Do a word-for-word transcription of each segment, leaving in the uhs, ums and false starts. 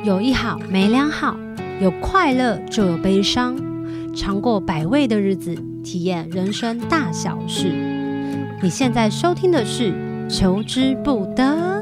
有一好没两好，有快乐就有悲伤，尝过百味的日子，体验人生大小事。你现在收听的是求之不得。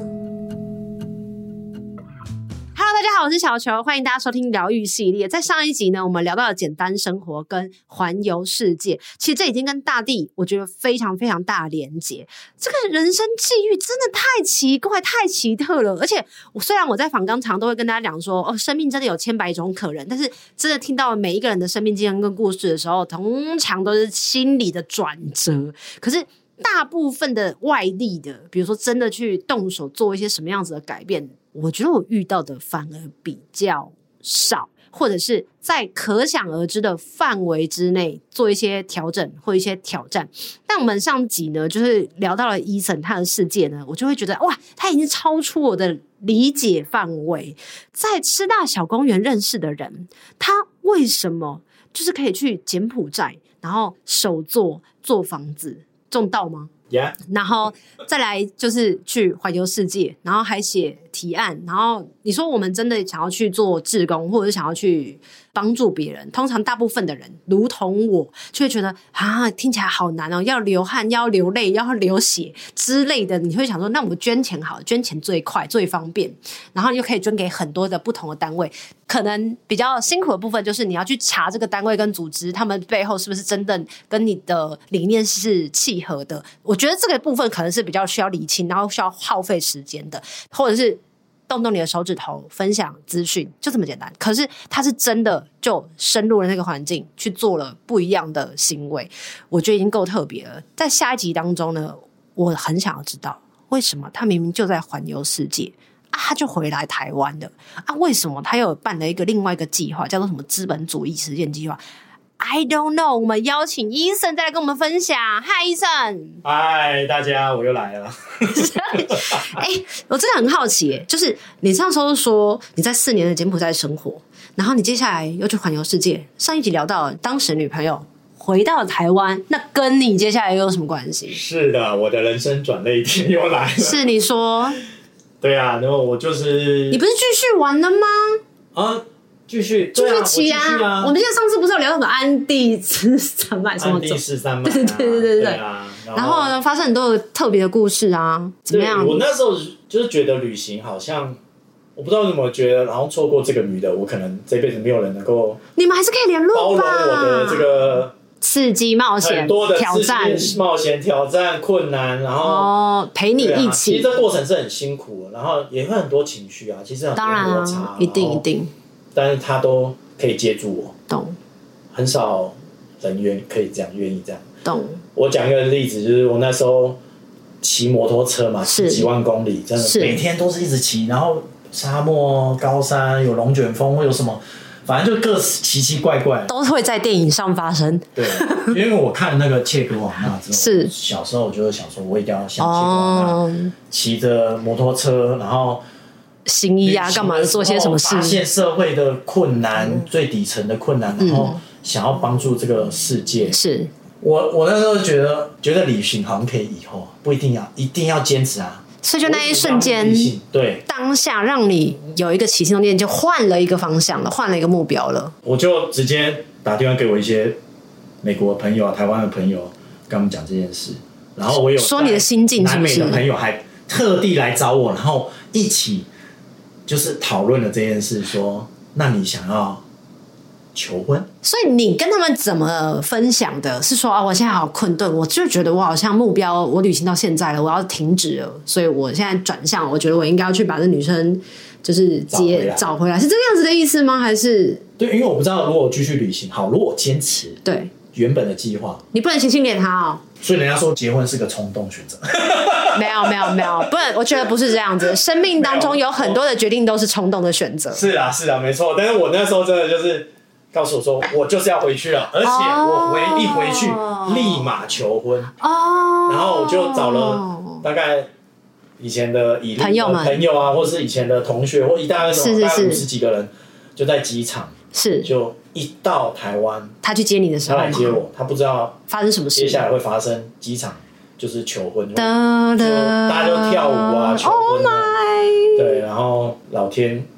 大家好，我是小球，欢迎大家收听疗愈系列。在上一集呢，我们聊到了简单生活跟环游世界，其实这已经跟大地我觉得非常非常大的连结。这个人生际遇真的太奇怪太奇特了，而且我虽然我在访纲常都会跟大家讲说哦，生命真的有千百种可能，但是真的听到每一个人的生命经验跟故事的时候，通常都是心理的转折。可是大部分的外力的，比如说真的去动手做一些什么样子的改变，我觉得我遇到的反而比较少，或者是在可想而知的范围之内做一些调整或一些挑战。但我们上集呢，就是聊到了Eason他的世界呢，我就会觉得哇，他已经超出我的理解范围。在师大小公园认识的人，他为什么就是可以去柬埔寨，然后手做做房子？种稻吗？ Yeah. 然后再来就是去环游世界，然后还写提案，然后你说我们真的想要去做志工，或者是想要去帮助别人，通常大部分的人如同我就会觉得啊，听起来好难哦，要流汗要流泪要流血之类的，你会想说那我捐钱好了，捐钱最快最方便，然后又可以捐给很多的不同的单位。可能比较辛苦的部分就是你要去查这个单位跟组织他们背后是不是真的跟你的理念是契合的，我觉得这个部分可能是比较需要理清，然后需要耗费时间的，或者是动动你的手指头分享资讯，就这么简单。可是他是真的就深入了那个环境去做了不一样的行为，我觉得已经够特别了。在下一集当中呢，我很想要知道为什么他明明就在环游世界啊，他就回来台湾了啊？为什么他又办了一个另外一个计划，叫做什么资本主义实践计划 ？I don't know。我们邀请Eason再来跟我们分享。嗨，Eason。 嗨，大家，我又来了。 哎、欸，我真的很好奇，就是你上周说你在四年的柬埔寨生活，然后你接下来又去环游世界。上一集聊到当时女朋友回到台湾，那跟你接下来又有什么关系？ 是的，我的人生转捩点又来了。是你说？对啊，然后我就是你不是继续玩了吗？ 啊，继续继续骑啊！我, 啊我们现在上次不是有聊什么安第四山脉什么？ 安第四山脉、啊， 对对对对对对啊！ 然后, 然后呢，发生很多特别的故事啊，怎么样？ 我那时候就是觉得旅行好像，我不知道你有没有觉得，然后错过这个女的，我可能这辈子没有人能够。 你们还是可以联络吧？ 包容我的这个。 刺激冒险， 很多的挑战、 冒险、挑战、困难，然后哦，陪你一起。啊、 其实这过程是很辛苦的，然后也会很多情绪啊。其实很多摩擦、啊， 一定一定。 但是他都可以接住我， 懂。 很少人愿可以这样，愿意这样。 懂。 我讲一个例子，就是我那时候骑摩托车嘛，骑几万公里，真的每天都是一直骑，然后沙漠、高山，有龙卷风，会有什么？反正就各奇奇怪怪， 都会在电影上发生。 对，因为我看那个切格瓦纳之后， 是小时候我就会想说，我一定要像切格瓦纳，骑着摩托车，然后行医啊，干嘛的做些什么事？ 发现社会的困难，嗯、最底层的困难，然后想要帮助这个世界。 是我我那时候觉得，觉得旅行好像可以以后不一定要一定要坚持啊。 所以就那一瞬间， 对当下让你有一个起心动念，就换了一个方向了，换了一个目标了。 我就直接打电话给我一些美国的朋友啊、台湾的朋友，跟他们讲这件事。然后我有说你的心境是不是？ 南美的朋友还特地来找我，然后一起就是讨论了这件事，说那你想要求婚？ 所以你跟他们怎么分享的？是说啊，我现在好困顿，我就觉得我好像目标我旅行到现在了，我要停止了，所以我现在转向，我觉得我应该要去把这女生就是接找回来，是这个样子的意思吗？还是对？因为我不知道如果我继续旅行，好，如果我坚持对原本的计划， 你不能写信给他哦。 所以人家说结婚是个冲动选择， 没有没有没有，不能，我觉得不是这样子。生命当中有很多的决定都是冲动的选择。 是啊是啊，没错。但是我那时候真的就是告诉我说，我就是要回去了，而且我回、oh. 一回去立马求婚哦。Oh. 然后我就找了大概以前的以朋友们朋友啊，或是以前的同学，或一大堆什么，大概五十几个人，就在机场是就。一到台湾， 他去接你的时候， 他来接我，他不知道发生什么事， 接下来会发生机场就是求婚，大家就跳舞啊，求婚啊， oh、对，然后老天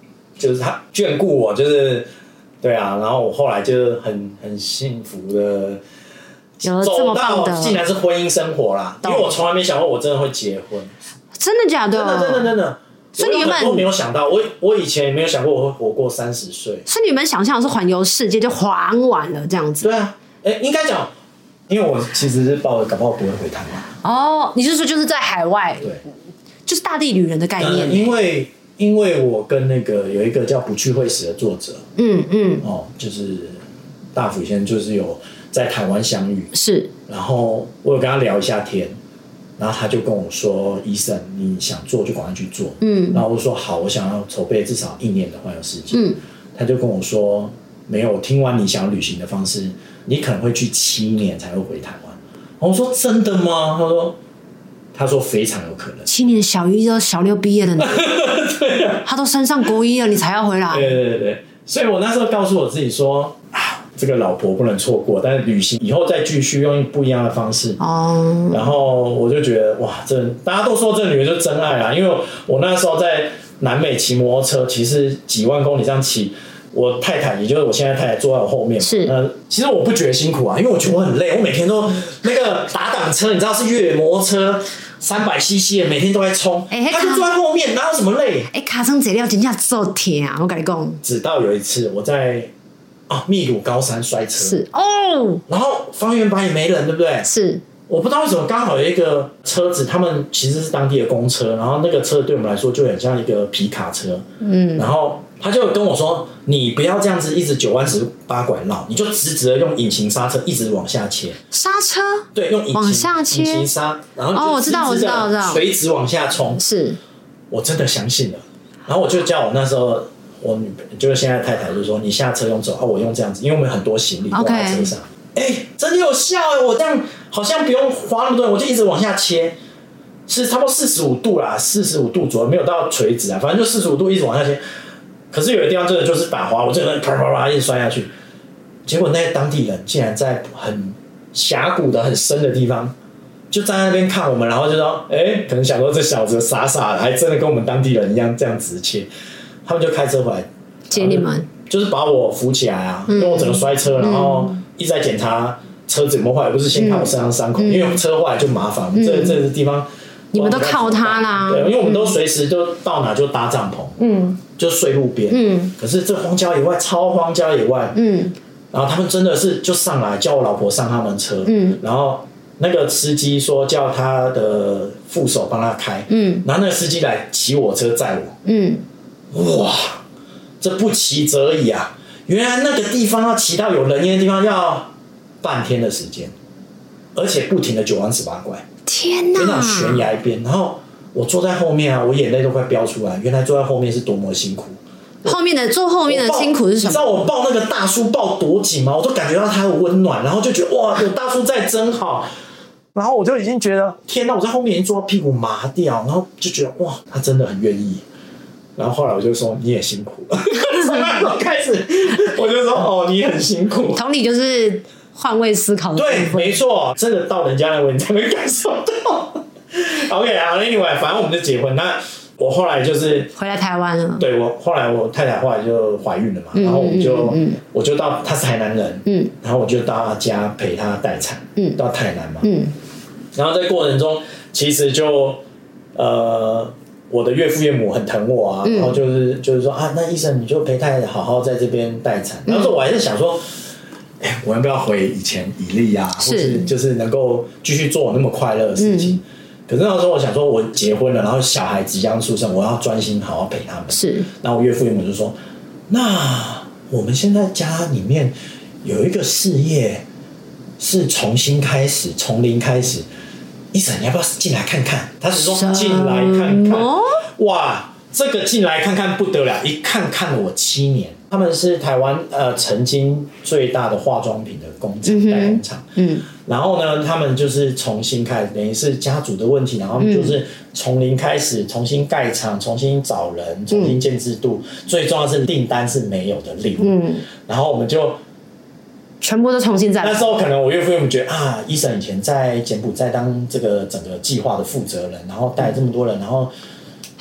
就是他眷顾我，就是对啊，然后我后来就很很幸福的。 有了这么棒的， 竟然是婚姻生活啦！因为我从来没想过我真的会结婚， 真的假的？ 真的真的真的。 所以你们都没有想到，我我以前也没有想过我会活过三十岁。 是你们想象的是环游世界就环完了这样子？ 对啊，哎，应该讲，因为我其实是抱着搞不好不会回台湾。 哦，你是说就是在海外？ 对， 就是大地旅人的概念。 呃、因为因为我跟那个有一个叫不去会死的作者， 嗯嗯， 哦，就是大辅先生就是有。在台湾相遇是， 然后我有跟他聊一下天，然后他就跟我说：“医生，你想做就赶快去做。”嗯，然后我就说：“好，我想要筹备至少一年的环游世界。”嗯，他就跟我说：“没有，听完你想旅行的方式，你可能会去七年才会回台湾。”我说：“真的吗？”他说：“他说非常有可能。” 七年小一到小六毕业的呢， 对啊， 他都升上国一了，你才要回来。 对对对对，所以我那时候告诉我自己说。这个老婆不能错过，但是旅行以后再继续用不一样的方式。哦，然后我就觉得哇，这大家都说这女人就真爱啦，因为我那时候在南美骑摩托车，其实几万公里这样骑，我太太也就是我现在太太坐在我后面， 是呃， 其实我不觉得辛苦啊，因为我觉得我很累，我每天都那个打挡车，你知道是越野摩托车。三百 C C 的，每天都在冲，欸、他就坐在后面，哪有什么累？ 哎、欸，卡车这料真正做甜啊！我跟你讲， 直到有一次我在。啊，秘鲁高山摔车是哦， 然后方圆百里没人，对不对？ 是， 我不知道为什么刚好有一个车子，他们其实是当地的公车，然后那个车对我们来说就很像一个皮卡车，嗯，然后他就跟我说：“你不要这样子一直九弯十八拐绕，你就直直的用引擎刹车一直往下切。” 刹车？ 对，用引擎往下切， 引擎刹，然后哦，我知道，我知道，我知道， 垂直往下冲。是，我真的相信了，然后我就叫我那时候。我女就是现在太太就说你下车用走啊，我用这样子，因为我们很多行李挂在车上，哎、okay. 欸，真的有效哎！我这样好像不用花那么多，我就一直往下切，是差不多四十五度啦，四十五度左右，没有到垂直啊，反正就四十五度一直往下切。可是有的地方真的就是打滑，我真的啪啪啪一直摔下去，结果那些当地人竟然在很峡谷的很深的地方，就站在那边看我们，然后就说，哎、欸，可能想说这小子傻傻的，还真的跟我们当地人一样这样直切。他们就开车回来接你们， 就是把我扶起来啊，因为我整个摔车，然后一直在检查车子有没有坏，不是先看我身上伤口，因为车坏就麻烦。嗯、这这个地方你们都靠他啦， 对，因为我们都随时就到哪就搭帐篷，嗯，就睡路边，嗯。可是这荒郊野外，超荒郊野外，嗯。然后他们真的是就上来叫我老婆上他们车，嗯，然后那个司机说叫他的副手帮他开，嗯，然后那个司机来骑我车载我，嗯。哇，这不骑则已啊！原来那个地方要骑到有人烟的地方要半天的时间，而且不停的九弯十八拐， 天哪！ 就那种悬崖边，然后我坐在后面啊，我眼泪都快飙出来。原来坐在后面是多么辛苦。 后面的坐后面的辛苦是什么？ 你知道我抱那个大叔抱多紧吗？我都感觉到他的温暖，然后就觉得哇，有大叔在真好。然后我就已经觉得天哪！我在后面已经坐到屁股麻掉，然后就觉得哇，他真的很愿意。然后后来我就说你也辛苦了，从那时候开始我就说哦你很辛苦。 同理就是换位思考的。 对，没错，真的到人家那位你才能感受到。OK 好 ，Anyway， 反正我们就结婚。那我后来就是回来台湾了。 对，我后来我太太后来就怀孕了嘛，嗯、然后我就、嗯嗯、我就到她是台南人，嗯，然后我就到她家陪她待产，嗯，到台南嘛，嗯，然后在过程中其实就呃。我的岳父岳母很疼我啊，嗯、然后就是就是说啊，那医生你就陪太太好好在这边待产。然后说我还是想说，哎、欸，我要不要回以前以利啊，或是就是能够继续做我那么快乐的事情？嗯、可是那时候我想说，我结婚了，然后小孩即将出生，我要专心好好陪他们。是，然后我岳父岳母就说，那我们现在家里面有一个事业是重新开始，从零开始。医生，你要不要进来看看？他是说进来看看，哇，这个进来看看不得了，一看看了我七年。他们是台湾呃曾经最大的化妆品的工厂、嗯、代工厂，嗯，然后呢，他们就是重新开始，等于是家族的问题，然后就是从零开始，重新盖厂，重新找人，重新建制度，嗯、最重要的是订单是没有的零，嗯，然后我们就。 全部都重新再来。 那时候可能我岳父岳母觉得啊，医生以前在柬埔寨当这个整个计划的负责人，然后带这么多人，然后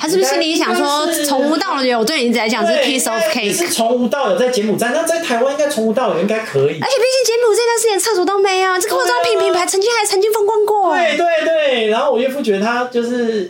他是不是心里想说，从无到有对你来讲是 piece of cake？ 是从无到有在柬埔寨，那在台湾应该从无到有应该可以。而且毕竟柬埔寨那是连厕所都没有，这个化妆品品牌曾经还曾经风光过。 对对对，然后我岳父觉得他就是，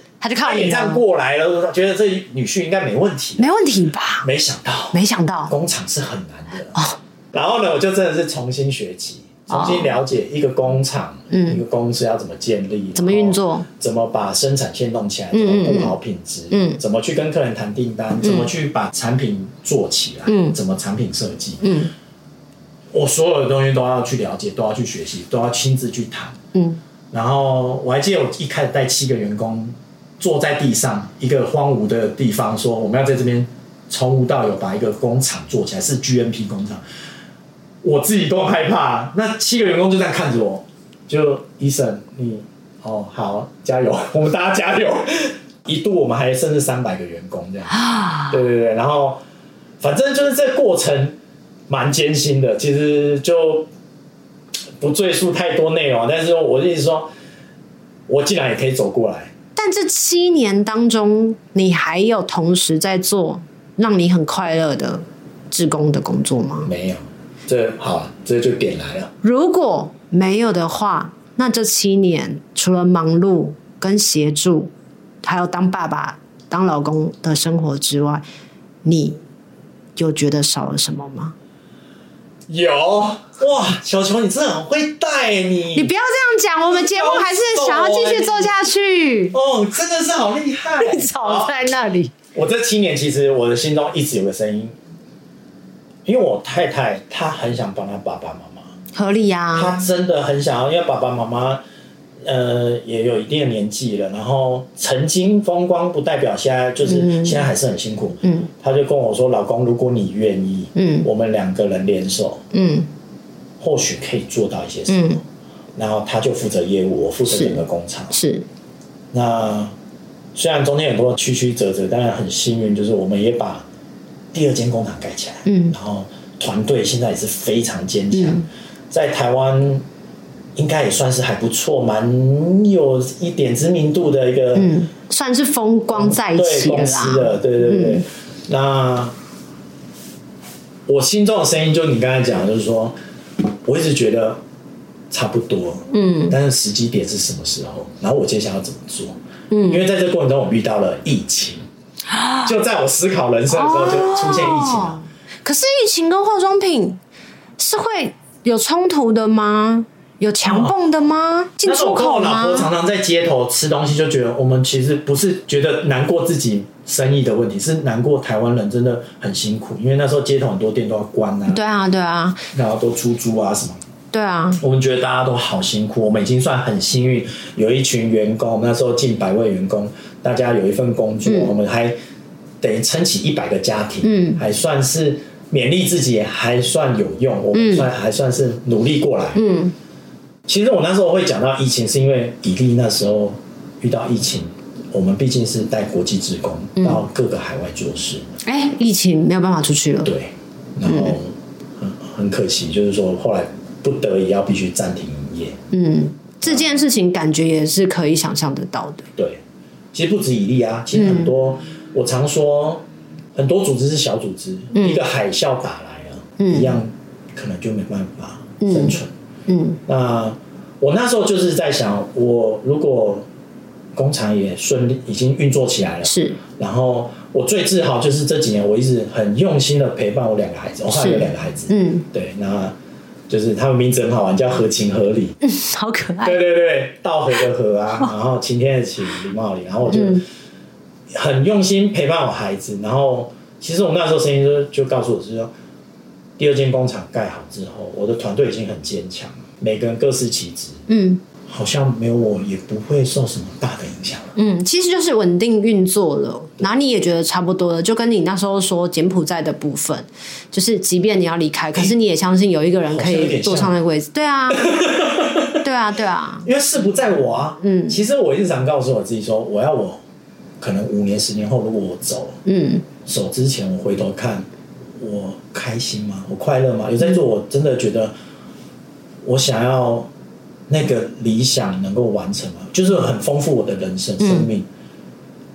他就靠你这样过来了，觉得这女婿应该没问题， 没问题吧？ 没想到， 没想到， 工厂是很难的。哦，然后呢，我就真的是重新学习。重新了解一个工厂、嗯、一个公司要怎么建立， 怎么运作， 怎么把生产线弄起来，怎么顾好品质，嗯，怎么去跟客人谈订单，嗯、怎么去把产品做起来，嗯，怎么产品设计，嗯，我所有的东西都要去了解，都要去学习，都要亲自去谈，嗯。然后我还记得我一开始带七个员工坐在地上一个荒芜的地方，说我们要在这边从无到有把一个工厂做起来，是 G N P 工厂。我自己都害怕，那七个员工就这样看着我，就医生你哦好加油，我们大家加油。一度我们还甚至三百个员工这样，对对对，然后反正就是这过程蛮艰辛的，其实就不赘述太多内容，但是我的意思说，我竟然也可以走过来。 但这七年当中，你还有同时在做让你很快乐的志工的工作吗？ 没有。这好，这就点来了。 如果没有的话，那这七年除了忙碌跟协助，还有当爸爸、当老公的生活之外，你有觉得少了什么吗？ 有哇，小球，你真的很会带你。 你不要这样讲，我们节目还是想要继续做下去。 哦，真的是好厉害！ 你吵在那里。 我这七年，其实我的心中一直有个声音。因为我太太她很想帮她爸爸妈妈， 合理啊， 她真的很想要，因为爸爸妈妈呃也有一定的年纪了，然后曾经风光不代表现在就是现在还是很辛苦。嗯，她就跟我说：“老公，如果你愿意，嗯，我们两个人联手，嗯，或许可以做到一些什么。嗯”然后他就负责业务，我负责整个工厂。是。那虽然中间很多曲曲折折，但是很幸运，就是我们也把第二间工厂盖起来，嗯，然后团队现在也是非常坚强，嗯、在台湾应该也算是还不错，蛮有一点知名度的一个， 嗯，算是风光在一起的啦。 对公司的，对对对。嗯、那我心中的声音，就你刚才讲，就是说，我一直觉得差不多，嗯，但是时机点是什么时候？然后我接下来要怎么做？嗯，因为在这个过程中，我遇到了疫情。就在我思考人生的时候，就出现疫情了。哦、 可是疫情跟化妆品是会有冲突的吗？有强蹦的吗？进出口吗？那我跟我老婆常常在街头吃东西，就觉得我们其实不是觉得难过自己生意的问题，是难过台湾人真的很辛苦，因为那时候街头很多店都要关啊。 对啊，对啊， 然后都出租啊什么。 对啊， 我们觉得大家都好辛苦，我们已经算很幸运，有一群员工，我们那时候近百位员工，大家有一份工作，嗯、我们还等于撑起一百个家庭，嗯，还算是勉励自己，还算有用，我们算、嗯、还算是努力过来。嗯，其实我那时候会讲到疫情，是因为比利那时候遇到疫情，我们毕竟是带国际志工到各个海外做事， 哎、欸，疫情没有办法出去了， 对，然后很很可惜，就是说后来。不得已要必须暂停营业。嗯， 这件事情感觉也是可以想象得到的。 对，其实不止以利啊，其实很多，嗯、我常说，很多组织是小组织，嗯、一个海啸打来了，嗯、一样可能就没办法生存。嗯，嗯那我那时候就是在想，我如果工厂也顺利，已经运作起来了，是，然后我最自豪就是这几年我一直很用心的陪伴我两个孩子，我还有两个孩子，嗯，对，那。就是他们名字很好玩，叫合情合理， 嗯，好可爱。 对对对，稻禾的禾啊，然后晴天的晴，礼貌的礼，然后我就很用心陪伴我孩子。然后其实我那时候声音就就告诉我是说，第二间工厂盖好之后，我的团队已经很坚强，每个人各司其职，嗯，好像没有我也不会受什么大的影响。 嗯，其实就是稳定运作了，然后你也觉得差不多了，就跟你那时候说柬埔寨的部分，就是即便你要离开，可是你也相信有一个人可以坐上那个位置。对啊，对啊，对啊， 因为事不在我啊。嗯，其实我一直常告诉我自己说，我要我可能五年、十年后，如果我走，嗯，走之前我回头看，我开心吗？我快乐吗？有在做，我真的觉得我想要。那个理想能够完成吗？就是很丰富我的人生、嗯、生命，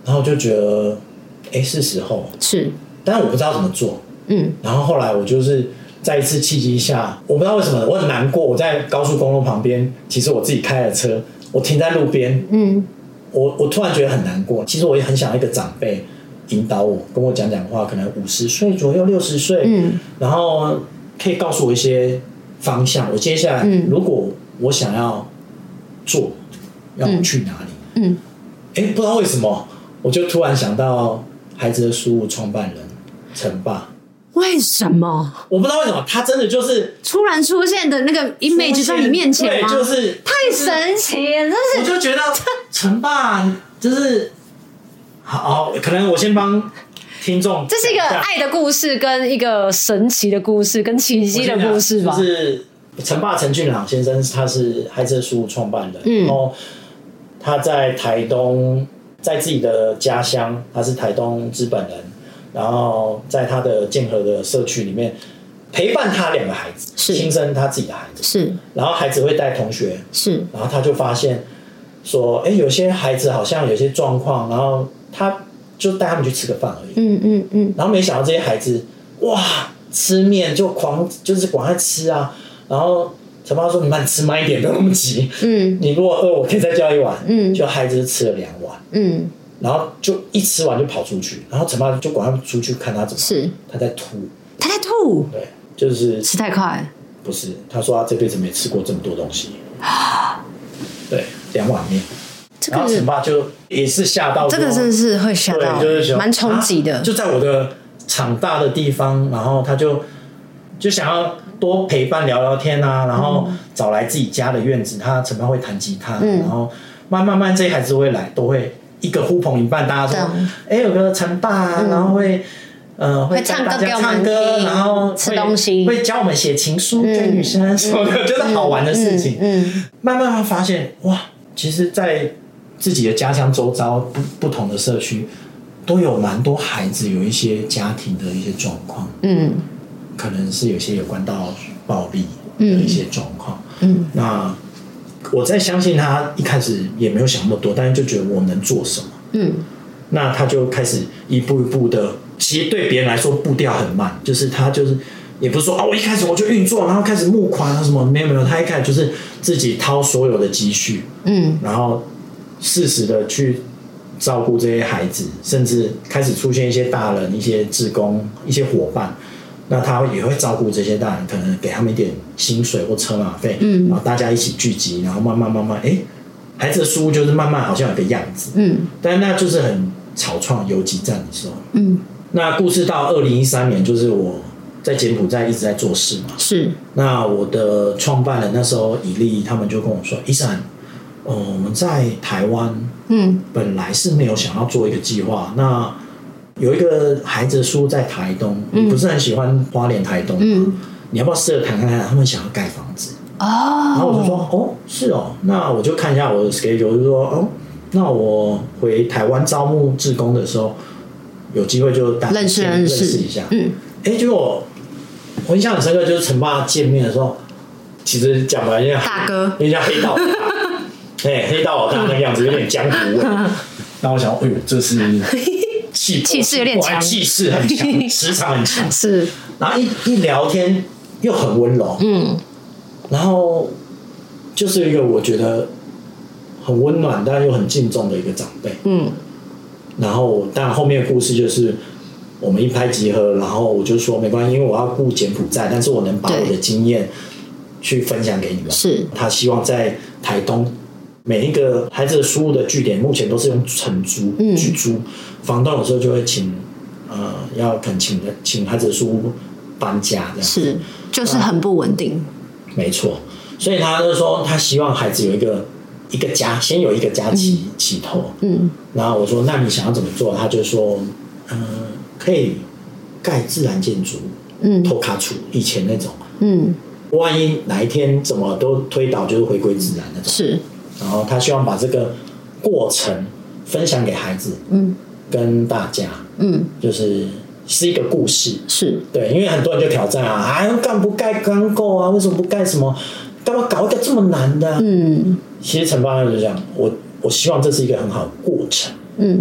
然后我就觉得，哎，是时候是， 但是我不知道怎么做， 嗯， 然后后来我就是在一次契机下，我不知道为什么我很难过，我在高速公路旁边，其实我自己开的车，我停在路边， 嗯， 我我突然觉得很难过，其实我也很想要一个长辈引导我，跟我讲讲话，可能五十岁左右、六十岁，嗯，然后可以告诉我一些方向，我接下来、嗯、如果我想要做，要去哪里？嗯，哎、嗯，不知道为什么，我就突然想到孩子的书屋创办人陈爸。 为什么？ 我不知道为什么，他真的就是突然出现的那个 image 在你面前吗？ 对，就是太神奇了，真是。我就觉得陈爸就是好，可能我先帮听众， 这是一个爱的故事，跟一个神奇的故事，跟奇迹的故事吧。 就是陈爸陈俊朗先生，他是孩子的书屋创办人，嗯，然后他在台东，在自己的家乡，他是台东资本人。然后在他的建和的社区里面陪伴他两个孩子，亲生他自己的孩子是， 然后孩子会带同学是，然后他就发现说，哎，有些孩子好像有些状况，然后他就带他们去吃个饭而已，嗯嗯嗯，然后没想到这些孩子哇吃面就狂就是赶快吃啊，然后陈爸说你慢吃慢一点，不要那么急，嗯，你如果饿我可以再叫一碗，嗯，就孩子吃了两碗，嗯。然后就一吃完就跑出去，然后陈爸就赶快出去看他怎么，是他在吐， 他在吐， 对，就是吃太快， 不是，他说他这辈子没吃过这么多东西，对，两碗面，这个然后陈爸就也是吓到， 这个真的是会吓到，就是蛮冲击的、啊， 就在我的长大的地方，然后他就就想要多陪伴聊聊天啊，然后找来自己家的院子，他陈爸会弹吉他，嗯、然后慢慢慢这些孩子会来，都会。一个呼朋引伴，大家说，哎、欸，有个陈爸、嗯，然后会，呃，会唱歌给我们听，然后吃东西， 会教我们写情书给女生什么的，就是好玩的事情。嗯，嗯慢慢慢发现，哇，其实，在自己的家乡周遭不不同的社区，都有蛮多孩子有一些家庭的一些状况。嗯，可能是有些有关到暴力的一些状况。嗯，那。我在相信他一开始也没有想那么多，但是就觉得我能做什么，嗯，那他就开始一步一步的，其实对别人来说步调很慢，就是他就是也不是说啊，我一开始我就运作，然后开始募款啊什么，没有没有，他一开始就是自己掏所有的积蓄，嗯，然后适时的去照顾这些孩子，甚至开始出现一些大人、一些志工、一些伙伴。那他也会照顾这些大人，可能给他们一点薪水或车马费，嗯，然后大家一起聚集，然后慢慢慢慢，哎，孩子的书就是慢慢好像有个样子，嗯，但那就是很草创游击战的时候，嗯，那故事到二零一三年，就是我在柬埔寨一直在做事嘛，是，那我的创办人那时候以利他们就跟我说，一闪，呃，我们在台湾，嗯，本来是没有想要做一个计划，那。有一个孩子的书在台东，嗯、你不是很喜欢花莲台东吗？嗯、你要不要试着谈看看？他们想要盖房子哦，然后我就说哦，是哦，那我就看一下我的 schedule， 我就说哦，那我回台湾招募志工的时候，有机会就大家认识认识一下。嗯，哎，结果我印象很深刻，就是陈爸见面的时候，其实讲完像大哥， 有点像黑道，哎，黑道老大那个样子，有点江湖味。然后我想，哎呦，这是。气气势有点强， 气势很强，磁场很强。 是， 然后一一聊天又很温柔，嗯，然后就是一个我觉得很温暖，但又很敬重的一个长辈，嗯。然后，当然后面的故事就是我们一拍即合，然后我就说没关系，因为我要顾柬埔寨，但是我能把我的经验去分享给你们。是，他希望在台东。每一个孩子的书屋的据点，目前都是用承租去租，嗯、房东有时候就会请，呃，要肯请的请孩子的书屋搬家这样。是， 就是很不稳定。 没错，所以他就说他希望孩子有一个一个家，先有一个家起、嗯、起头。嗯，然后我说那你想要怎么做？他就说，嗯、呃，可以盖自然建筑，嗯，托卡楚以前那种，嗯，万一哪一天怎么都推倒，就是回归自然那种。是。然后他希望把这个过程分享给孩子，嗯，跟大家，嗯，就是是一个故事，是对，因为很多人就挑战啊，啊，干不盖钢构啊，为什么不盖什么？干嘛搞一个这么难的、啊？嗯，其实陈爸就这样，我我希望这是一个很好的过程，嗯，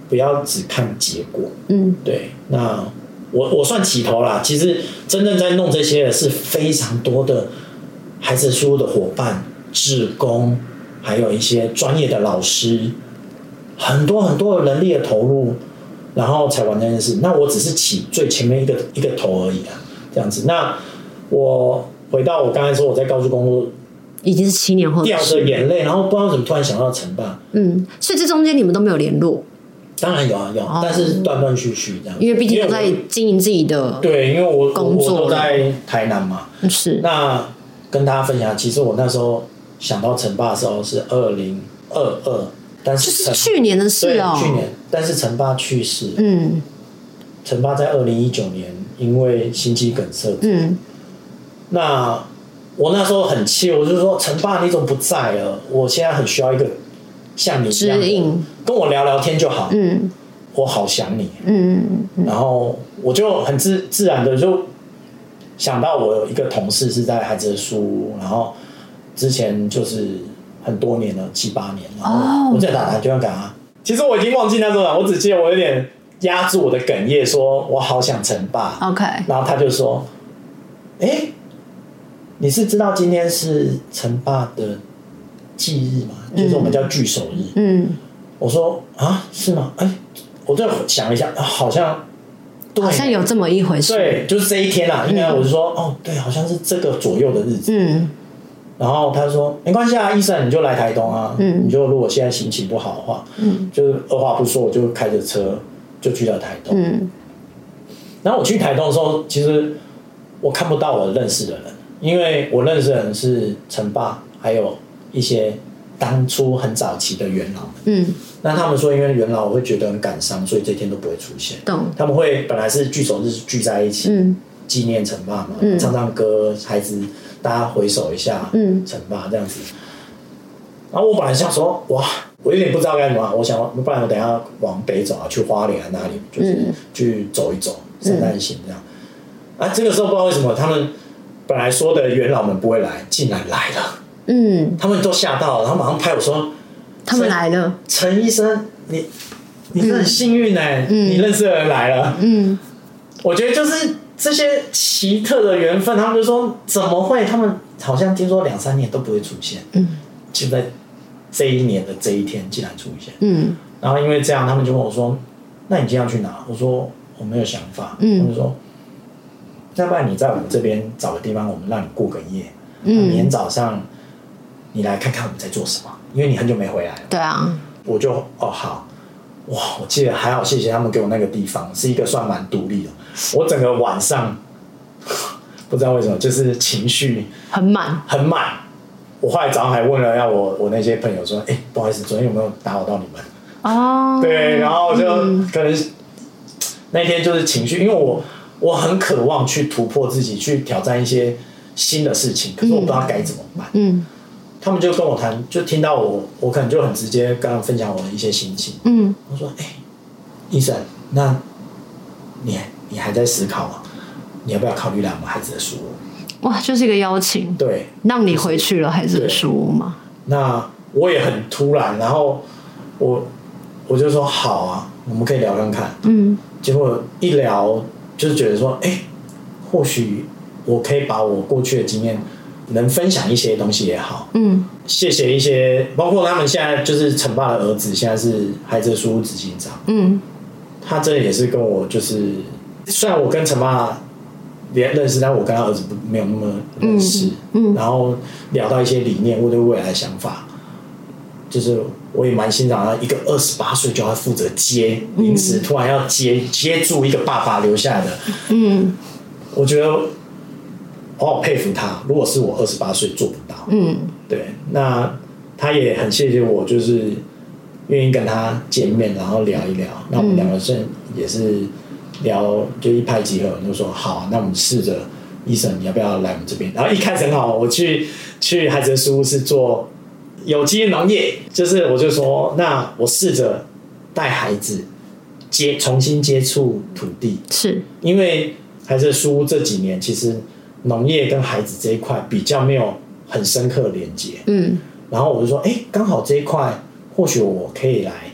不要只看结果。 嗯， 对。那我我算起头啦，其实真正在弄这些的是非常多的孩子书的伙伴、志工，还有一些专业的老师，很多很多的人力的投入，然后才完成这件事。那我只是起最前面一个一个头而已啊，这样子。那我回到我刚才说我在高速公路。 已经是七年后的事， 掉着眼泪，然后不知道怎么突然想到成爸。 嗯，所以这中间你们都没有联络？ 当然有啊，有，哦、但是断断续续这样。 因为毕竟都在经营自己的对，因为我工作我都在台南嘛。 是。 那跟大家分享，其实我那时候想到成爸的时候是二零二二，但是就是去年的事哦。 去年，但是成爸去世。 嗯。 成爸在二零一九年因为心肌梗塞。嗯。那。我那时候很气，我就说：“陈爸，你怎么不在了？我现在很需要一个像你一样的，跟我聊聊天就好。嗯，我好想你。嗯嗯。然后我就很自自然的就想到我有一个同事是在孩子的书屋，然后之前就是很多年了，七八年，然后我在打台就要给他。其实我已经忘记那时候了，我只记得我有点压住我的哽咽，说我好想陈爸。OK。然后他就说：‘哎、欸。’你是知道今天是陈爸的忌日吗？嗯、就是我们叫聚首日。嗯，我说啊，是吗？哎、欸，我就想了一下，啊、好像对， 好像有这么一回事。 对，就是这一天啊，应该我就说、嗯、哦，对，好像是这个左右的日子。嗯，然后他说没关系啊，医生你就来台东啊。嗯，你就如果现在心情不好的话，嗯，就是二话不说我就开着车就去到台东。嗯，然后我去台东的时候，其实我看不到我认识的人。因为我认识的人是陈爸，还有一些当初很早期的元老。嗯，那他们说，因为元老我会觉得很感伤，所以这天都不会出现。懂。他们会本来是聚首日聚在一起，嗯，纪念陈爸嘛，嗯，唱唱歌，孩子大家回首一下，嗯，陈爸这样子。然后我本来想说，哇，我有点不知道该怎么办，我想，不然我等一下往北走啊，去花莲啊哪里，就是去走一走，圣诞行这样。啊，这个时候不知道为什么他们。本来说的元老们不会来，竟然来了。嗯，他们都吓到了，然后马上拍我说：“ 他们来了。” 陈医生，你你是很幸运哎、欸，嗯、你认识的人来了。嗯，我觉得就是这些奇特的缘分，他们就说怎么会？他们好像听说两三年都不会出现，嗯，就在这一年的这一天竟然出现。嗯，然后因为这样，他们就问我说：“那你今天要去哪？”我说：“我没有想法。”嗯，他们说。要不然你在我们这边找个地方，我们让你过个夜。嗯，明天早上你来看看我们在做什么，因为你很久没回来了。 对啊， 我就哦好，哇，我记得还好，谢谢他们给我那个地方，是一个算蛮独立的。我整个晚上不知道为什么，就是情绪很满， 很满。我后来早上还问了要我我那些朋友说，哎、欸，不好意思，昨天有没有打扰到你们？哦，对，然后就、嗯、可能那天就是情绪，因为我。我很渴望去突破自己，去挑战一些新的事情，可是我不知道该怎么办。嗯，他们就跟我谈，就听到我，我可能就很直接跟他们分享我的一些心情。嗯，我说：“哎、欸，医生，那你你还在思考吗？你要不要考虑来我们孩子的书屋？” 哇，就是一个邀请， 对， 让你回去了孩子的书屋吗？ 那我也很突然，然后我我就说好啊，我们可以聊看看。嗯，结果一聊。就是觉得说，哎、欸，或许我可以把我过去的经验，能分享一些东西也好。嗯，谢谢一些，包括他们现在就是陈爸的儿子，现在是孩子的书屋执行长。嗯，他真的也是跟我就是，虽然我跟陈爸认识，但我跟他儿子没有那么认识。嗯，嗯然后聊到一些理念或对未来的想法，就是我也蛮欣赏他一个二十八岁就要负责接，临时突然要接接住一个爸爸留下的，嗯，我觉得我好佩服他。如果是我二十八岁做不到，嗯，对，那他也很谢谢我，就是愿意跟他见面，然后聊一聊。那我们两个是也是聊，就一拍即合，就说好，那我们试着，医生你要不要来我们这边？然后一开始很好，我去去孩子的书屋是做。有机农业，就是我就说，那我试着带孩子接重新接触土地， 是因为孩子的书屋这几年其实农业跟孩子这一块比较没有很深刻的连接，嗯，然后我就说，哎、欸，刚好这一块或许我可以来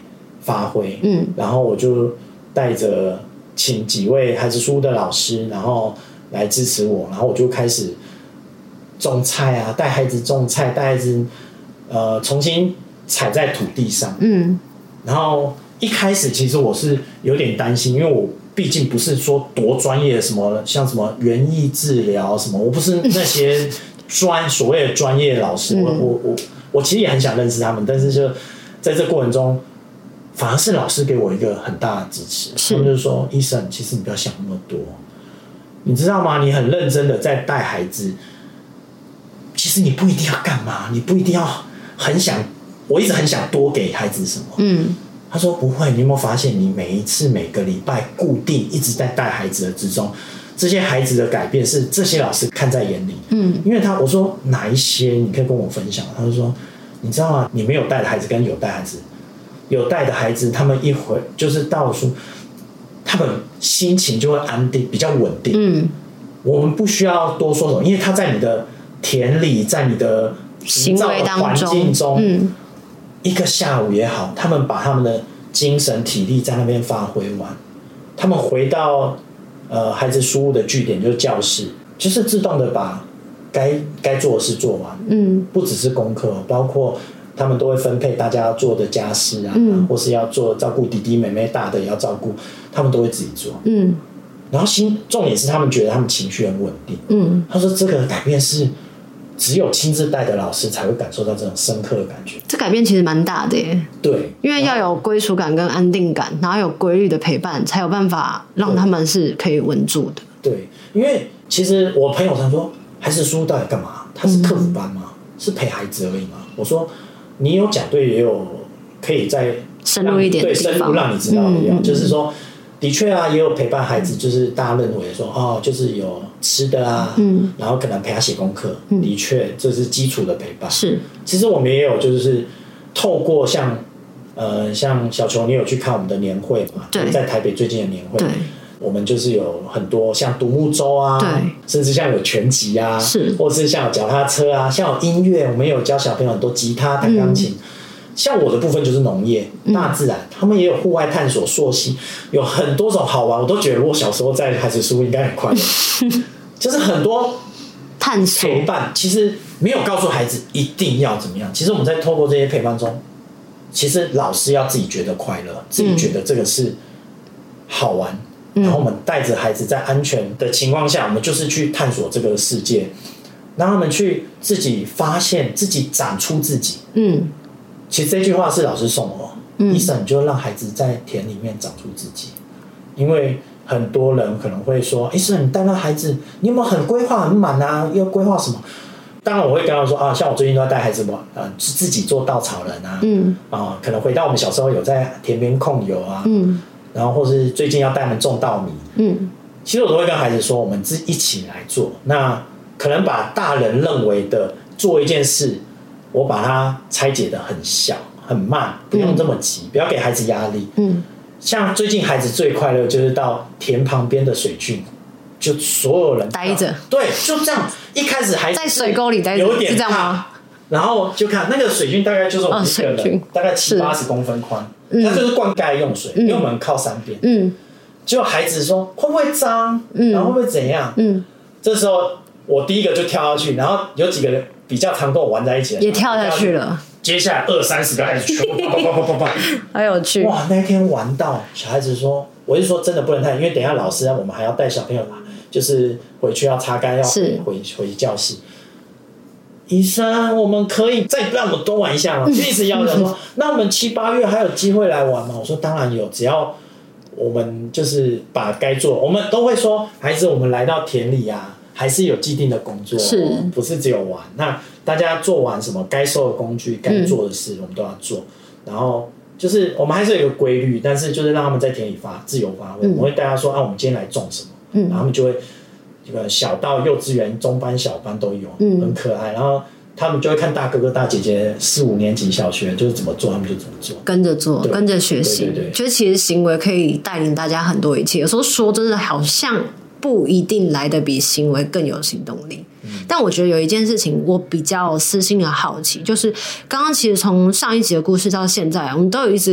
发挥，嗯，然后我就带着请几位孩子书的老师，然后来支持我，然后我就开始种菜啊，带孩子种菜，带孩子呃重新踩在土地上，嗯，然后一开始其实我是有点担心，因为我毕竟不是说多专业的什么像什么园艺治疗什么，我不是那些专所谓的专业老师，我我我我其实也很想认识他们，但是就在这过程中，反而是老师给我一个很大的支持，他们就说：“医生，其实你不要想那么多，你知道吗？你很认真的在带孩子，其实你不一定要干嘛，你不一定要很想，我一直很想多给孩子什么。”嗯，他说：“不会，你有没有发现，你每一次每个礼拜固定一直在带孩子的之中，这些孩子的改变是这些老师看在眼里。嗯，因为他我说哪一些你可以跟我分享？他就说，你知道吗？你没有带的孩子跟有带孩子，有带的孩子，他们一回就是到书，他们心情就会安定，比较稳定。嗯，我们不需要多说什么，因为他在你的田里，在你的行为当中环境中，嗯，一个下午也好，他们把他们的精神体力在那边发挥完，他们回到。呃，孩子输入的据点就是教室，就是自动的把该该做的事做完。嗯，不只是功课，包括他们都会分配大家要做的家事啊，嗯、或是要做照顾弟弟妹妹大的也要照顾，他们都会自己做。嗯，然后心重点是他们觉得他们情绪很稳定。嗯，他说这个改变是只有亲自带的老师才会感受到这种深刻的感觉。 这改变其实蛮大的耶。 对， 因为要有归属感跟安定感，然后有规律的陪伴，才有办法让他们是可以稳住的。 对，因为其实我朋友常说，孩子书到底干嘛？他是课辅班吗？嗯、是陪孩子而已吗？我说，你有讲对，也有可以再深入一点的地方， 对，深入让你知道的地方，嗯、就是说。的确啊，也有陪伴孩子，就是大家认为说哦，就是有吃的啊，嗯，然后可能陪他写功课，嗯、的确这是基础的陪伴。 是， 其实我们也有就是透过像呃像小球，你有去看我们的年会嘛？ 对， 在台北最近的年会， 对， 我们就是有很多像独木舟啊， 对， 甚至像有拳击啊， 是， 或是像有脚踏车啊，像有音乐，我们也有教小朋友很多吉他、弹钢琴。嗯，像我的部分就是农业、大自然，嗯、他们也有户外探索、溯溪，有很多种好玩。我都觉得，我小时候在孩子书应该很快乐，就是很多探索陪伴。其实没有告诉孩子一定要怎么样。其实我们在透过这些陪伴中，其实老师要自己觉得快乐，自己觉得这个是好玩，嗯、然后我们带着孩子在安全的情况下，我们就是去探索这个世界，让他们去自己发现、自己长出自己。嗯。其实这句话是老师送我，嗯、医生你就让孩子在田里面长出自己，因为很多人可能会说，医生你带那孩子，你有没有很规划很满啊？要规划什么？当然我会跟他说啊，像我最近都在带孩子嘛，呃，自己做稻草人啊，嗯，啊，可能回到我们小时候有在田边控油啊，嗯，然后或是最近要带他们种稻米，嗯，其实我都会跟孩子说，我们自一起来做，那可能把大人认为的做一件事。我把它拆解的很小很慢，不用这么急，嗯、不要给孩子压力。嗯，像最近孩子最快乐就是到田旁边的水郡，就所有人待着， 对，就这样。一开始孩子在水沟里待着， 有点是这样吗？ 然后就看那个水郡大概就是我们一个人，哦、大概七八十公分宽，它、嗯、就是灌溉用水，嗯、因为我们靠山边。嗯，结果孩子说会不会脏？嗯，然后会不会怎样？嗯，这时候我第一个就跳下去，然后有几个人。比较常跟我玩在一起的也跳下去了， 接下来二三十个孩子全部啪啪啪啪啪， 好有趣哇！那天玩到小孩子说，我是说真的不能太，因为等一下老师我们还要带小朋友，就是回去要擦干，要回回回教室。医生，我们可以再让我们多玩一下吗？就一直要求说，那我们七八月还有机会来玩吗？我说当然有，只要我们就是把该做，我们都会说，孩子，我们来到田里啊。还是有既定的工作， 是不是只有玩？那大家做完什么该收的工具、该做的事，嗯、我们都要做。然后就是我们还是有一个规律，但是就是让他们在田里发自由发挥。嗯、我会带他说：“啊，我们今天来种什么？”嗯、然后他们就会这个小到幼稚园、中班、小班都有，嗯、很可爱。然后他们就会看大哥哥、大姐姐四五年级小学就是怎么做，他们就怎么做， 跟着做，跟着学习。对对对，觉得其实行为可以带领大家很多一切。有时候说真的，好像。不一定来得比行为更有行动力，嗯、但我觉得有一件事情我比较私心的好奇，就是刚刚其实从上一集的故事到现在，我们都有一直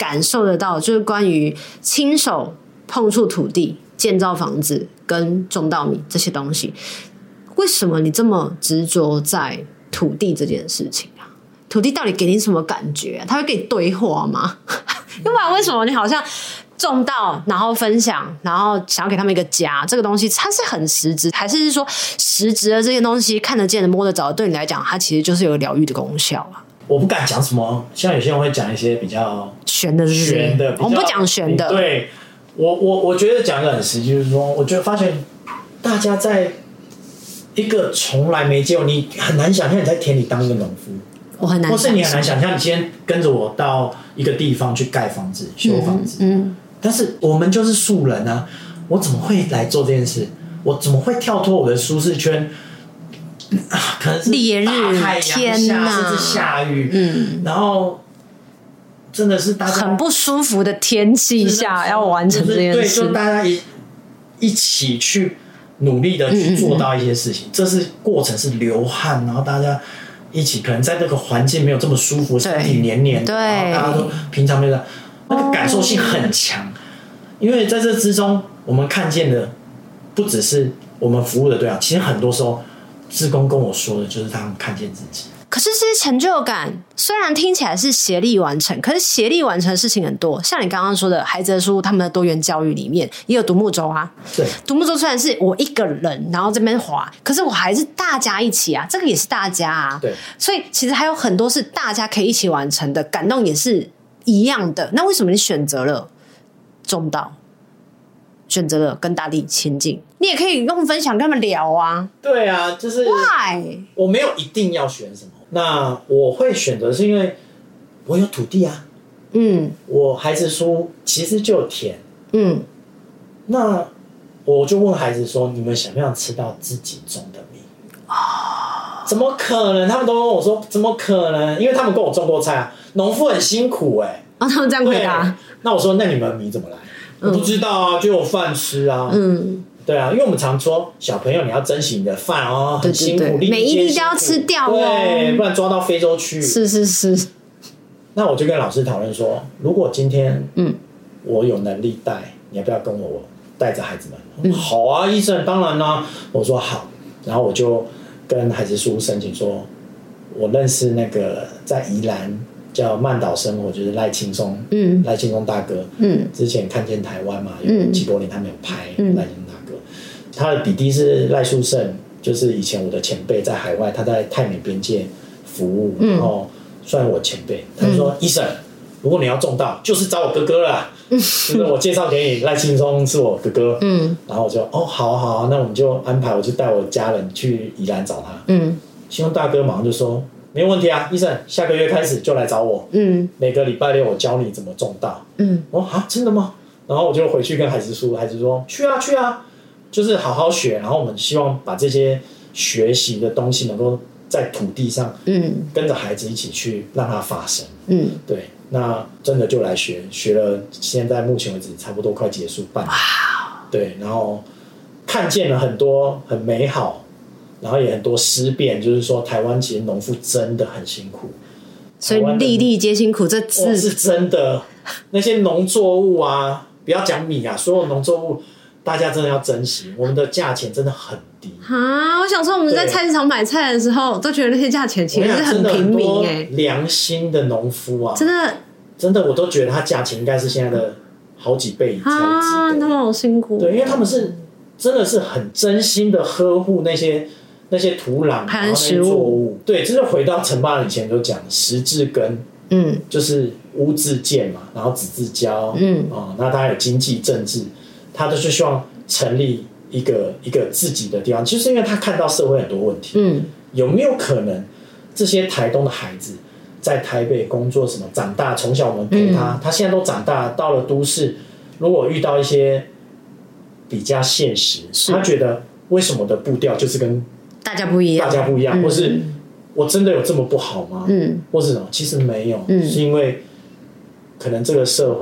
感受得到，就是关于亲手碰触土地、建造房子跟种稻米这些东西。为什么你这么执着在土地这件事情啊？土地到底给你什么感觉啊？它会给你对话吗？要不然为什么你好像种稻，然后分享，然后想要给他们一个家，这个东西它是很实质，还是说实质的这些东西看得见的、摸得着的，对你来讲，它其实就是有疗愈的功效啊？ 我不敢讲什么，像有些人会讲一些比较玄的是不是， 玄的， 我们不讲玄的。 对，我我我觉得讲一个很实际，就是说，我觉得发现大家在一个从来没见过，你很难想象你在田里当一个农夫， 我很难想象， 或是你很难想象你今天跟着我到一个地方去盖房子、修房子，嗯，嗯但是我们就是素人啊，我怎么会来做这件事？我怎么会跳脱我的舒适圈？啊、可能是烈日天哪，甚至下雨，嗯，然后真的是大家很不舒服的天气下要完成这件事， 对，就大家一一起去努力的去做到一些事情，嗯嗯嗯这是过程是流汗，然后大家一起可能在这个环境没有这么舒服，身体黏黏的，然后大家都平常没有那个感受性很强，哦、因为在这之中我们看见的不只是我们服务的对象，其实很多时候志工跟我说的就是他们看见自己。 可是这些成就感虽然听起来是协力完成，可是协力完成的事情很多，像你刚刚说的孩子的书，他们的多元教育里面也有独木舟啊。 对， 独木舟虽然是我一个人然后这边滑，可是我还是大家一起啊，这个也是大家啊。 对， 所以其实还有很多是大家可以一起完成的，感动也是一样的。那为什么你选择了种稻，选择了跟大地亲近？你也可以用分享跟他们聊啊。 对啊，就是 Why？ 我没有一定要选什么，那我会选择是因为我有土地啊，嗯，我孩子书其实就有田，嗯，那我就问孩子说：“你们想不想吃到自己种的米？”哦，怎么可能？他们都跟我说：“怎么可能？”因为他们跟我种过菜啊，农夫很辛苦哎、欸。 哦，他们这样回答。 那我说：“那你们米怎么来？”嗯、我不知道啊，就有饭吃啊。嗯。对啊，因为我们常说小朋友你要珍惜你的饭哦，很辛苦， 对对对每一粒都要吃掉哦， 对，不然抓到非洲去。 是是是。 那我就跟老师讨论说，如果今天嗯我有能力带，你要不要跟我带着孩子们？嗯、好啊，医生，当然啦、啊。我说好，然后我就跟孩子叔申请说，我认识那个在宜兰叫曼岛生活，就是赖青松，嗯，赖青松大哥，嗯，之前看见台湾嘛，有齐柏林他们有拍赖青松大哥。他的弟弟是赖树胜，就是以前我的前辈，在海外他在泰美边界服务，嗯、然后算我前辈。他就说：“医生、嗯，如果你要种稻，就是找我哥哥啦，嗯、就是我介绍给你，赖青松是我哥哥。”嗯，然后我就哦，好好、啊，那我们就安排，我就带我家人去宜兰找他。嗯，青松大哥马上就说：“没有问题啊，医生，下个月开始就来找我。嗯，每个礼拜六我教你怎么种稻。”嗯，哦啊，真的吗？然后我就回去跟孩子说，孩子说：“去啊，去啊。”就是好好学，然后我们希望把这些学习的东西能够在土地上，嗯，跟着孩子一起去让它发生，嗯，对，那真的就来学，学了，现在目前为止差不多快结束半年，对，然后看见了很多很美好，然后也很多思辨，就是说台湾其实农夫真的很辛苦， 所以粒粒皆辛苦这字、 哦、是真的，那些农作物啊，不要讲米啊，所有农作物。大家真的要珍惜，我们的价钱真的很低啊！我想说，我们在菜市场买菜的时候，都觉得那些价钱其实是很平民哎、欸。 良心的农夫啊， 真的真的，我都觉得他价钱应该是现在的好几倍才值得。 啊，他们好辛苦。 对，因为他们是真的是很真心的呵护那些那些土壤，然后那些作物。对，这就回到陈爸以前就讲十字根，嗯，就是乌字建嘛，然后子字交，嗯啊、哦，那当然有经济政治。他都是希望成立一个一个自己的地方，就是因为他看到社会很多问题。嗯，有没有可能这些台东的孩子在台北工作什么长大，从小我们陪他，嗯、他现在都长大，到了都市，如果遇到一些比较现实，他觉得为什么的步调就是跟大家不一样， 大家不一样，嗯、或是我真的有这么不好吗？嗯，或是什么？其实没有，嗯、是因为可能这个社会。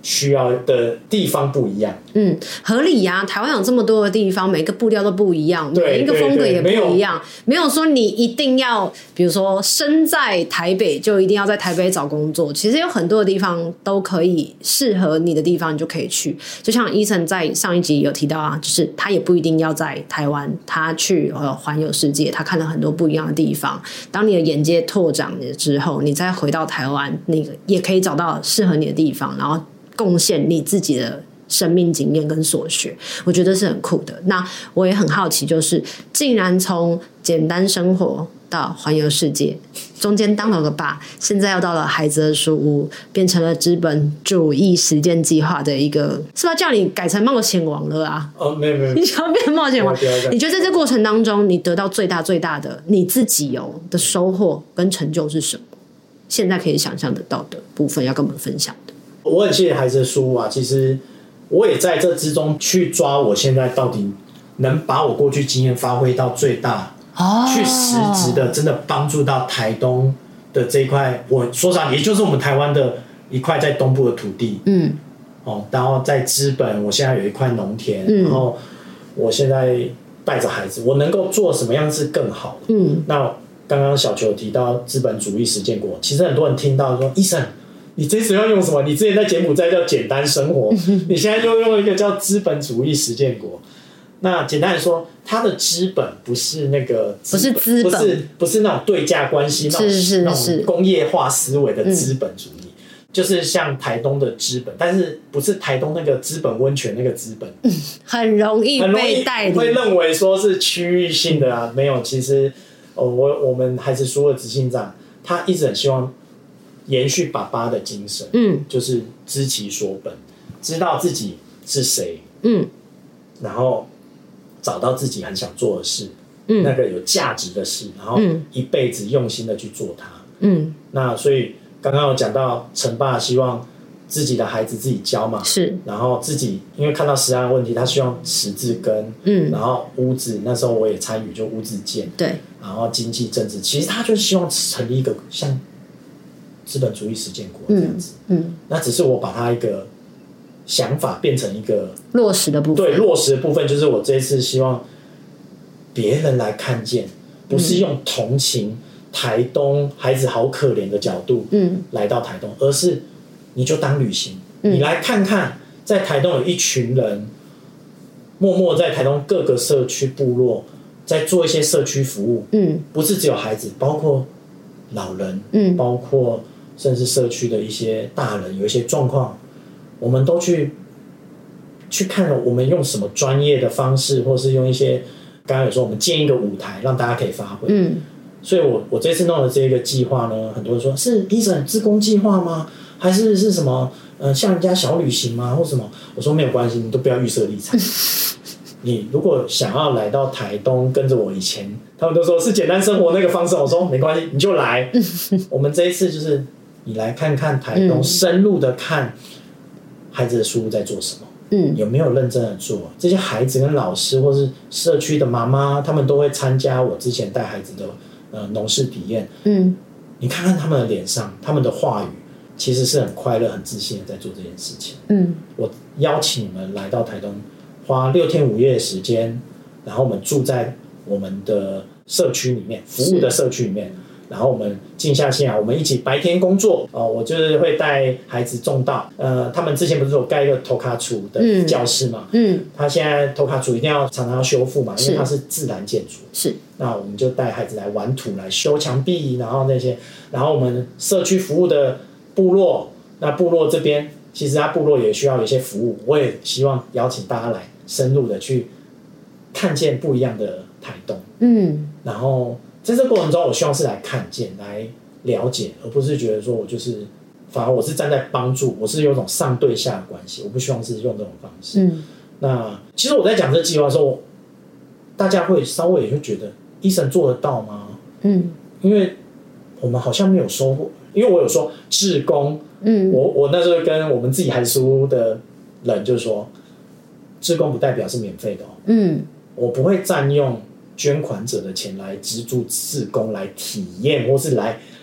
需要的地方不一样。 嗯，合理呀、啊。台湾有这么多的地方，每个步调都不一样，每一个风格也不一样。没有说你一定要，比如说身在台北就一定要在台北找工作。其实有很多的地方都可以适合你的地方，你就可以去。就像Eason在上一集有提到啊，就是他也不一定要在台湾，他去呃环游世界，他看了很多不一样的地方。当你的眼界拓展了之后，你再回到台湾，你也可以找到适合你的地方，然后贡献你自己的生命经验跟所学，我觉得是很酷的。那我也很好奇，就是竟然从简单生活到环游世界，中间当了个爸，现在又到了孩子的书屋，变成了资本主义实践计划的一个，是不是叫你改成冒险王了啊？ 哦，没有没有， 你想要变成冒险王？你觉得在这过程当中，你得到最大最大的你自己有的收获跟成就是什么？现在可以想象得到的部分，要跟我们分享的。 我很谢谢孩子的书啊，其实我也在这之中去抓我现在到底能把我过去经验发挥到最大，哦、去实质的真的帮助到台东的这一块。我说实话，也就是我们台湾的一块在东部的土地，嗯，哦，然后在资本，我现在有一块农田，嗯、然后我现在带着孩子，我能够做什么样是更好的？嗯，那刚刚小球提到资本主义实践国，其实很多人听到说，医生。你这次要用什么？你之前在柬埔寨叫简单生活，你现在又用一个叫资本主义实践国。那简单来说，它的资本不是那个不是资本， 不是不是那种对价关系，那种是是是那种工业化思维的资本主义，嗯、就是像台东的资本，但是不是台东那个资本温泉那个资本， 嗯、很容易被带领， 会认为说是区域性的啊，没有，其实哦，我我们孩子书的执行长，他一直很希望。延续爸爸的精神，嗯，就是知其所本，知道自己是谁，嗯，然后找到自己很想做的事，嗯，那个有价值的事，然后一辈子用心的去做它，嗯，那所以刚刚有讲到陈爸希望自己的孩子自己教嘛， 是， 然后自己因为看到食安问题，他希望十字根，嗯，然后屋子那时候我也参与，就屋子建， 对， 然后经济政治，其实他就希望成立一个像。资本主义实践国这样子，嗯，嗯那只是我把它一个想法变成一个落实的部分。 对，落实的部分就是我这一次希望别人来看见，不是用同情台东孩子好可怜的角度，嗯，来到台东，而是你就当旅行，嗯、你来看看，在台东有一群人默默在台东各个社区部落在做一些社区服务，嗯，不是只有孩子，包括老人，嗯，包括。甚至社区的一些大人有一些状况，我们都去去看我们用什么专业的方式，或是用一些刚刚有说我们建一个舞台让大家可以发挥。嗯，所以我我这次弄的这个计划呢，很多人说是医生志工计划吗？还是是什么呃像人家小旅行吗？或什么？我说没有关系，你都不要预设立场。你如果想要来到台东，跟着我以前他们都说是简单生活那个方式，我说没关系，你就来。我们这一次就是。你来看看台东，嗯、深入的看孩子的书在做什么，嗯，有没有认真的做？这些孩子跟老师或是社区的妈妈，他们都会参加我之前带孩子的呃农事体验，嗯，你看看他们的脸上，他们的话语其实是很快乐、很自信的在做这件事情。嗯，我邀请你们来到台东，花六天五夜的时间，然后我们住在我们的社区里面，服务的社区里面。然后我们静下心来，我们一起白天工作哦。我就是会带孩子种稻，呃，他们之前不是有盖一个托卡楚的教室嘛？嗯，他现在托卡楚一定要常常要修复嘛，因为它是自然建筑。是，那我们就带孩子来玩土，来修墙壁，然后那些，然后我们社区服务的部落，那部落这边其实他部落也需要有一些服务，我也希望邀请大家来深入的去看见不一样的台东。嗯，然后。在这过程中，我希望是来看见、来了解，而不是觉得说我就是，反而我是站在帮助，我是有种上对下的关系，我不希望是用这种方式。嗯，那其实我在讲这个计划的时候，大家会稍微也会觉得，医生做得到吗？嗯，因为我们好像没有收获，因为我有说志工，嗯，我我那时候跟我们自己孩子书的人就是说，志工不代表是免费的哦，嗯，我不会占用。捐款者的钱来资助志工来体验，或是来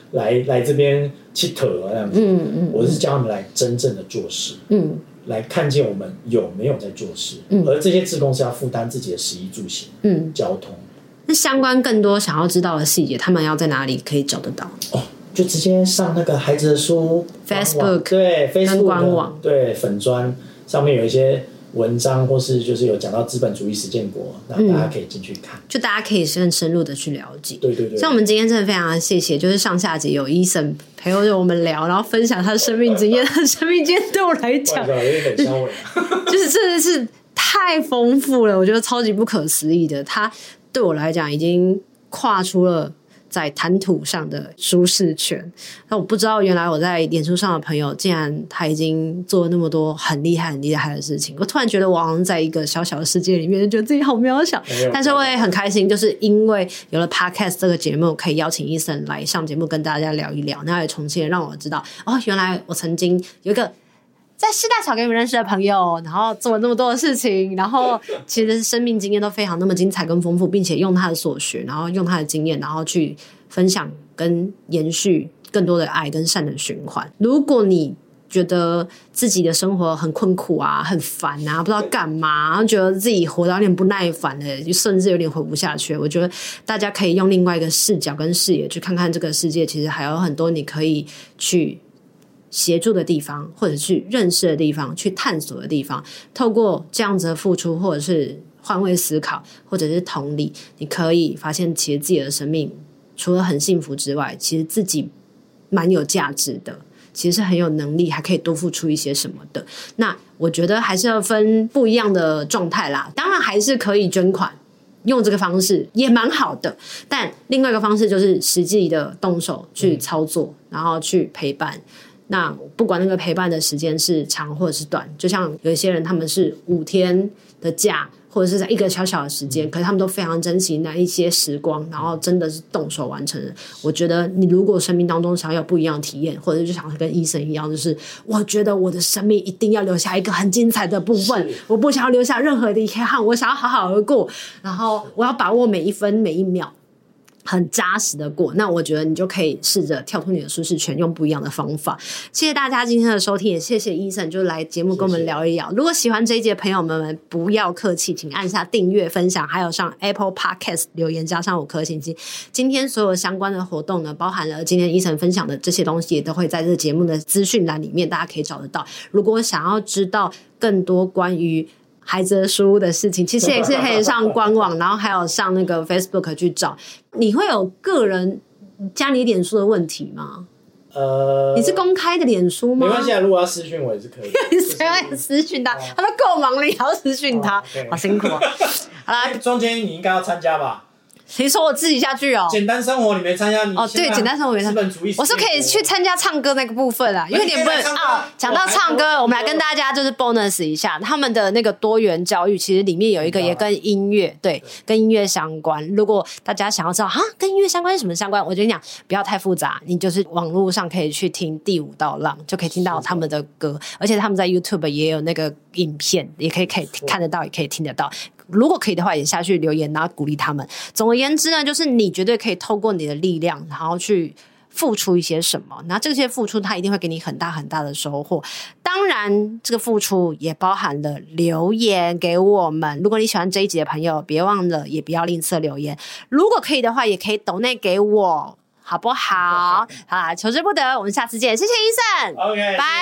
来来这边去讨这样子。 嗯嗯， 我是叫他们来真正的做事， 嗯， 来看见我们有没有在做事， 嗯， 而这些志工是要负担自己的食衣住行，嗯，交通。 那相关更多想要知道的细节，他们要在哪里可以找得到？ 哦，就直接上那个孩子的书 Facebook 对 Facebook 官网对粉专上面有一些文章，或是就是有讲到资本主义实践国，那大家可以进去看，嗯， 就大家可以更深入的去了解。 对对对， 像我们今天真的非常的谢谢，就是上下集有Eason陪着我们聊，然后分享他的生命经验。他的生命经验对我来讲， 有点冷笑话， 就是真的是太丰富了，我觉得超级不可思议的。他对我来讲已经跨出了在谈吐上的舒适圈。那我不知道原来我在脸书上的朋友竟然他已经做了那么多很厉害很厉害的事情，我突然觉得我好像在一个小小的世界里面，就觉得自己好渺小，但是我也很开心，就是因为有了 Podcast 这个节目，可以邀请Eason来上节目跟大家聊一聊，那也重新让我知道哦，原来我曾经有一个在师大草给你们认识的朋友，然后做了那么多的事情，然后其实生命经验都非常那么精彩跟丰富，并且用他的所学，然后用他的经验，然后去分享跟延续更多的爱跟善的循环。如果你觉得自己的生活很困苦啊，很烦啊，不知道干嘛，然后觉得自己活到有点不耐烦了，甚至有点活不下去，我觉得大家可以用另外一个视角跟视野去看看这个世界，其实还有很多你可以去协助的地方，或者去认识的地方，去探索的地方。透过这样子的付出，或者是换位思考，或者是同理，你可以发现其实自己的生命除了很幸福之外，其实自己蛮有价值的，其实是很有能力，还可以多付出一些什么的。那我觉得还是要分不一样的状态啦，当然还是可以捐款，用这个方式也蛮好的，但另外一个方式就是实际的动手去操作，嗯，然后去陪伴。那不管那个陪伴的时间是长或者是短，就像有一些人他们是五天的假，或者是在一个小小的时间，可是他们都非常珍惜那一些时光，然后真的是动手完成的。我觉得你如果生命当中想要有不一样的体验，或者就想跟Eason一样，就是我觉得我的生命一定要留下一个很精彩的部分，我不想要留下任何的遗憾，我想要好好而过，然后我要把握每一分每一秒，很扎实的过。那我觉得你就可以试着跳出你的舒适圈，用不一样的方法。谢谢大家今天的收听，也谢谢Eason就来节目跟我们聊一聊。谢谢。如果喜欢这一集的朋友们，不要客气，请按下订阅、分享，还有上 Apple Podcast 留言加上五颗星星。今天所有相关的活动呢，包含了今天Eason分享的这些东西，也都会在这个节目的资讯栏里面，大家可以找得到。如果想要知道更多关于孩子的书的事情，其实也是可以上官网，然后还有上那个 Facebook 去找。你会有个人加你脸书的问题吗？呃，你是公开的脸书吗？ 没关系啊，如果要私讯我也是可以。 谁要私讯他？他都够忙了，也要私讯他，好辛苦啊！好啦， 中间你应该要参加吧？ 你说我自己下去哦？ 简单生活你没参加，你哦对，简单生活没参加。我是可以去参加唱歌那个部分啦，有点不能啊。讲到唱歌，我们来跟大家就是 bonus 一下，他们的那个多元教育，其实里面有一个也跟音乐，对，跟音乐相关。如果大家想要知道哈，跟音乐相关是什么相关，我跟你讲，不要太复杂，你就是网络上可以去听第五道浪，就可以听到他们的歌，而且他们在 YouTube 也有那个影片，也可以可以看得到，也可以听得到。如果可以的话，也下去留言，然后鼓励他们。总而言之呢，就是你绝对可以透过你的力量，然后去付出一些什么。那这些付出，它一定会给你很大很大的收获。当然，这个付出也包含了留言给我们。如果你喜欢这一集的朋友，别忘了，也不要吝啬留言。如果可以的话，也可以抖内给我，好不好？好啦，求之不得，我们下次见。谢谢Eason， OK， 拜。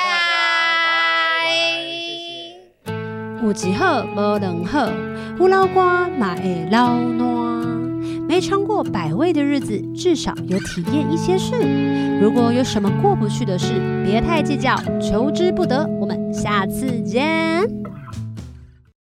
有一好无两好，有老瓜嘛会老烂。没尝过百味的日子，至少有体验一些事。如果有什么过不去的事，别太计较，求之不得。我们下次见。